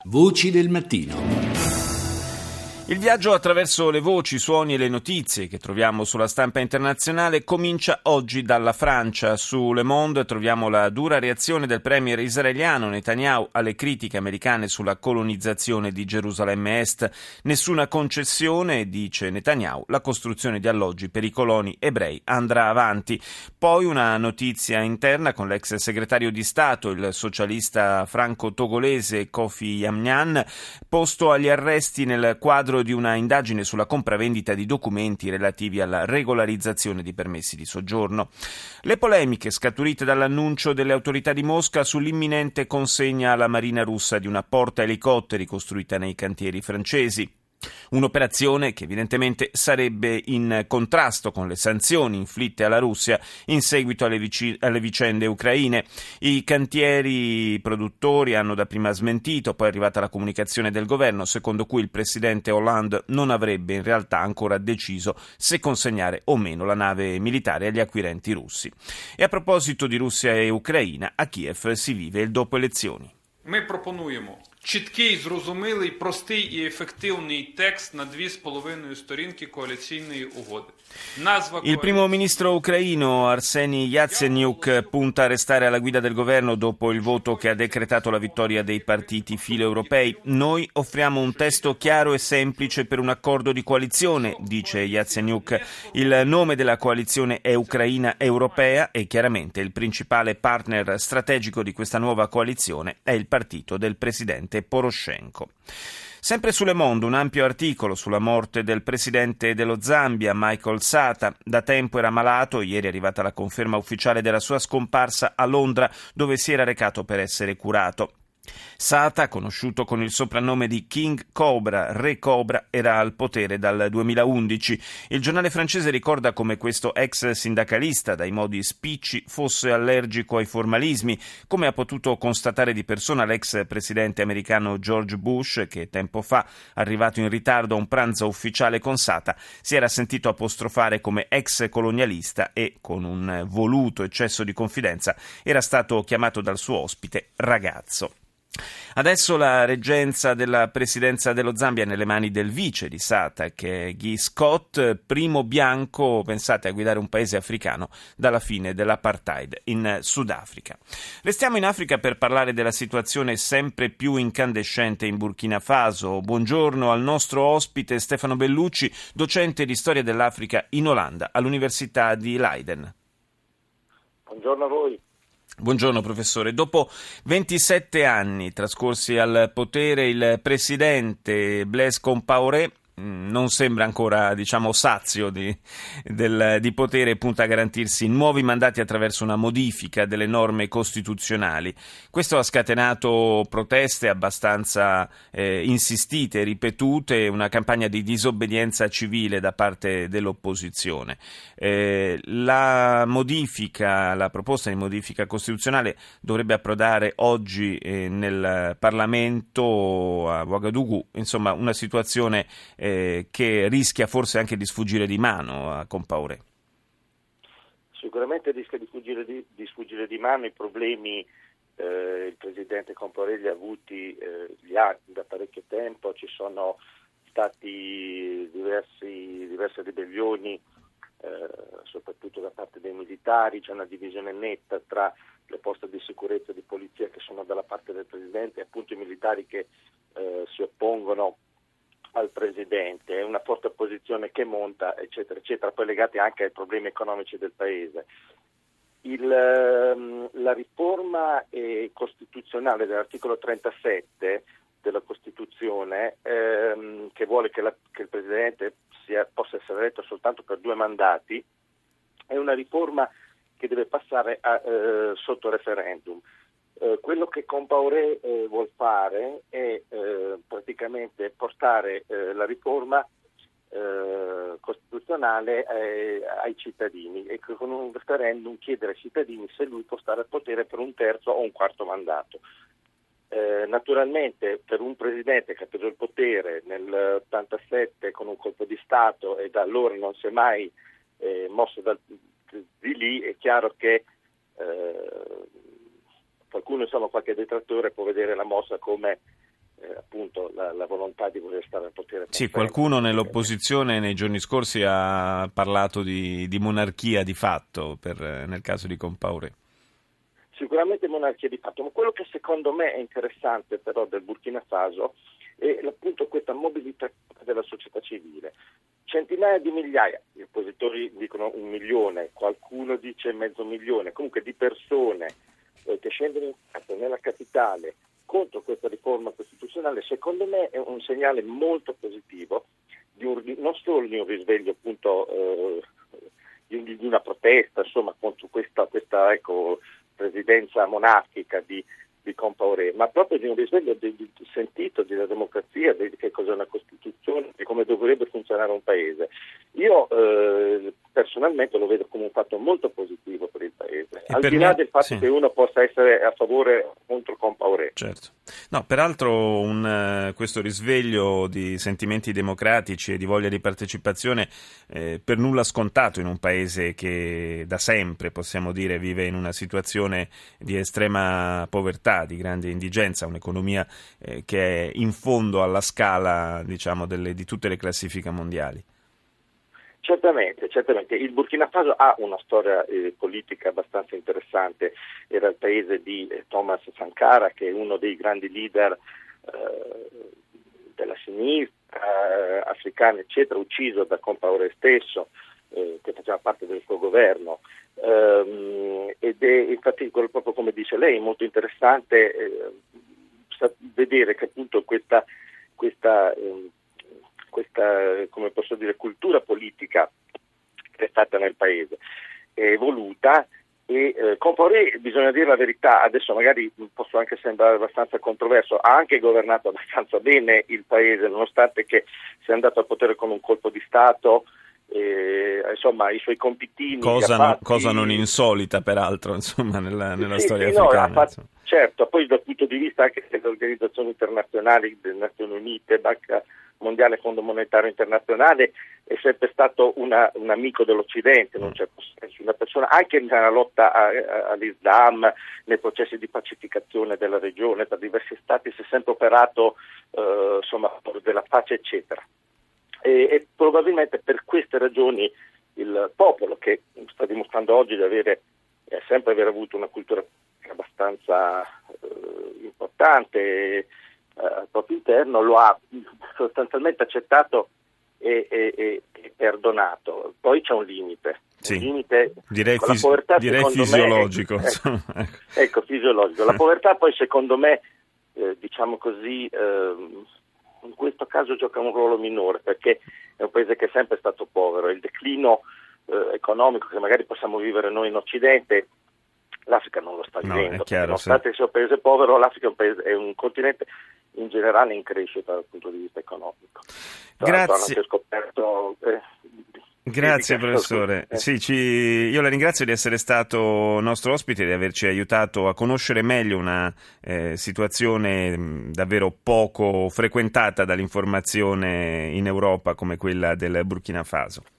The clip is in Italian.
Voci del mattino. Il viaggio attraverso le voci, i suoni e le notizie che troviamo sulla stampa internazionale comincia oggi dalla Francia. Su Le Monde troviamo la dura reazione del premier israeliano Netanyahu alle critiche americane sulla colonizzazione di Gerusalemme Est. Nessuna concessione, dice Netanyahu, la costruzione di alloggi per i coloni ebrei andrà avanti. Poi una notizia interna con l'ex segretario di Stato, il socialista franco-togolese Kofi Annan, posto agli arresti nel quadro di una indagine sulla compravendita di documenti relativi alla regolarizzazione di permessi di soggiorno. Le polemiche scaturite dall'annuncio delle autorità di Mosca sull'imminente consegna alla Marina russa di una porta elicotteri costruita nei cantieri francesi. Un'operazione che evidentemente sarebbe in contrasto con le sanzioni inflitte alla Russia in seguito alle vicende ucraine. I cantieri produttori hanno dapprima smentito, poi è arrivata la comunicazione del governo secondo cui il presidente Hollande non avrebbe in realtà ancora deciso se consegnare o meno la nave militare agli acquirenti russi. E a proposito di Russia e Ucraina, a Kiev si vive il dopo elezioni. Ми пропонуємо чіткий, зрозумілий, простий і ефективний текст на 2,5 сторінки коаліційної угоди. Il primo ministro ucraino Arseniy Yatsenyuk punta a restare alla guida del governo dopo il voto che ha decretato la vittoria dei partiti filoeuropei. Noi offriamo un testo chiaro e semplice per un accordo di coalizione, dice Yatsenyuk. Il nome della coalizione è Ucraina Europea e chiaramente il principale partner strategico di questa nuova coalizione è il partito del presidente Poroshenko. Sempre su Le Monde un ampio articolo sulla morte del presidente dello Zambia, Michael Sata. Da tempo era malato, ieri è arrivata la conferma ufficiale della sua scomparsa a Londra, dove si era recato per essere curato. Sata, conosciuto con il soprannome di King Cobra, Re Cobra, era al potere dal 2011. Il giornale francese ricorda come questo ex sindacalista dai modi spicci fosse allergico ai formalismi, come ha potuto constatare di persona l'ex presidente americano George Bush, che tempo fa, arrivato in ritardo a un pranzo ufficiale con Sata, si era sentito apostrofare come ex colonialista e, con un voluto eccesso di confidenza, era stato chiamato dal suo ospite ragazzo. Adesso la reggenza della presidenza dello Zambia è nelle mani del vice di Sata, che è Guy Scott, primo bianco, pensate, a guidare un paese africano dalla fine dell'apartheid in Sudafrica. Restiamo in Africa per parlare della situazione sempre più incandescente in Burkina Faso. Buongiorno al nostro ospite Stefano Bellucci, docente di storia dell'Africa in Olanda all'Università di Leiden. Buongiorno a voi. Buongiorno professore. Dopo 27 anni trascorsi al potere, il presidente Blaise Compaoré non sembra ancora, sazio di potere e punta a garantirsi nuovi mandati attraverso una modifica delle norme costituzionali. Questo ha scatenato proteste abbastanza insistite, ripetute, una campagna di disobbedienza civile da parte dell'opposizione. La proposta di modifica costituzionale dovrebbe approdare oggi nel Parlamento a Ouagadougou, insomma una situazione che rischia forse anche di sfuggire di mano a Compaoré. Sicuramente rischia di sfuggire di mano. I problemi il presidente Compaoré li ha da parecchio tempo. Ci sono stati diverse ribellioni, soprattutto da parte dei militari. C'è una divisione netta tra le forze di sicurezza e di polizia che sono dalla parte del presidente e appunto i militari che si oppongono al presidente. È una forte opposizione che monta, eccetera, eccetera, poi legati anche ai problemi economici del paese. La riforma costituzionale dell'articolo 37 della Costituzione, che vuole che il presidente possa essere eletto soltanto per 2 mandati, è una riforma che deve passare sotto referendum. Quello che Compaoré vuol fare è praticamente portare la riforma costituzionale ai cittadini e con un referendum chiedere ai cittadini se lui può stare al potere per un terzo o un quarto mandato. Naturalmente per un presidente che ha preso il potere nel 87 con un colpo di Stato e da allora non si è mai mosso di lì, è chiaro che qualcuno, qualche detrattore può vedere la mossa come la volontà di voler stare al potere. Sì, qualcuno nell'opposizione nei giorni scorsi ha parlato di monarchia di fatto nel caso di Compaoré. Sicuramente monarchia di fatto, ma quello che secondo me è interessante però del Burkina Faso è appunto questa mobilità della società civile. Centinaia di migliaia, gli oppositori dicono 1 milione, qualcuno dice 500.000, comunque di persone che scendono in piazza nella capitale contro questa riforma costituzionale, secondo me è un segnale molto positivo non solo di un risveglio appunto di una protesta insomma contro questa presidenza monarchica di Compaoré, ma proprio di un risveglio sentito della democrazia, di che cos'è una Costituzione, di come dovrebbe funzionare un paese. Io personalmente lo vedo come un fatto molto positivo per il paese, al di là del fatto che uno possa essere a favore o contro Compaoré. Certo. No, peraltro questo risveglio di sentimenti democratici e di voglia di partecipazione per nulla scontato in un paese che da sempre, possiamo dire, vive in una situazione di estrema povertà, di grande indigenza, un'economia che è in fondo alla scala, diciamo, di tutte le classifiche mondiali. Certamente. Il Burkina Faso ha una storia politica abbastanza interessante. Era il paese di Thomas Sankara, che è uno dei grandi leader della sinistra africana, eccetera, ucciso da Compaoré stesso, che faceva parte del suo governo. Ed è infatti, proprio come dice lei, molto interessante vedere che appunto questa come posso dire cultura politica che è stata nel paese è evoluta e Compaoré, bisogna dire la verità, adesso magari posso anche sembrare abbastanza controverso, ha anche governato abbastanza bene il paese, nonostante che sia andato al potere con un colpo di Stato. Insomma, i suoi compitini cosa non insolita peraltro insomma nella storia africana. Certo, poi dal punto di vista anche delle organizzazioni internazionali, delle Nazioni Unite, Banca Mondiale, Fondo Monetario Internazionale, è sempre stato un amico dell'Occidente, in un certo senso, una persona anche nella lotta all'Islam, nei processi di pacificazione della regione tra diversi stati, si è sempre operato della pace, eccetera. E probabilmente per queste ragioni il popolo, che sta dimostrando oggi di sempre aver avuto una cultura abbastanza importante al proprio interno, lo ha sostanzialmente accettato e perdonato. Poi c'è un limite. Sì, un limite direi fisiologico. Ecco, fisiologico. La povertà poi secondo me, diciamo così, in questo caso gioca un ruolo minore, perché è un paese che è sempre stato povero. Il declino economico che magari possiamo vivere noi in Occidente, l'Africa non lo sta vivendo. No, è chiaro, nonostante sia un paese povero, l'Africa è un continente in generale in crescita dal punto di vista economico. Grazie. Grazie dedica, professore. Io la ringrazio di essere stato nostro ospite e di averci aiutato a conoscere meglio una situazione davvero poco frequentata dall'informazione in Europa come quella del Burkina Faso.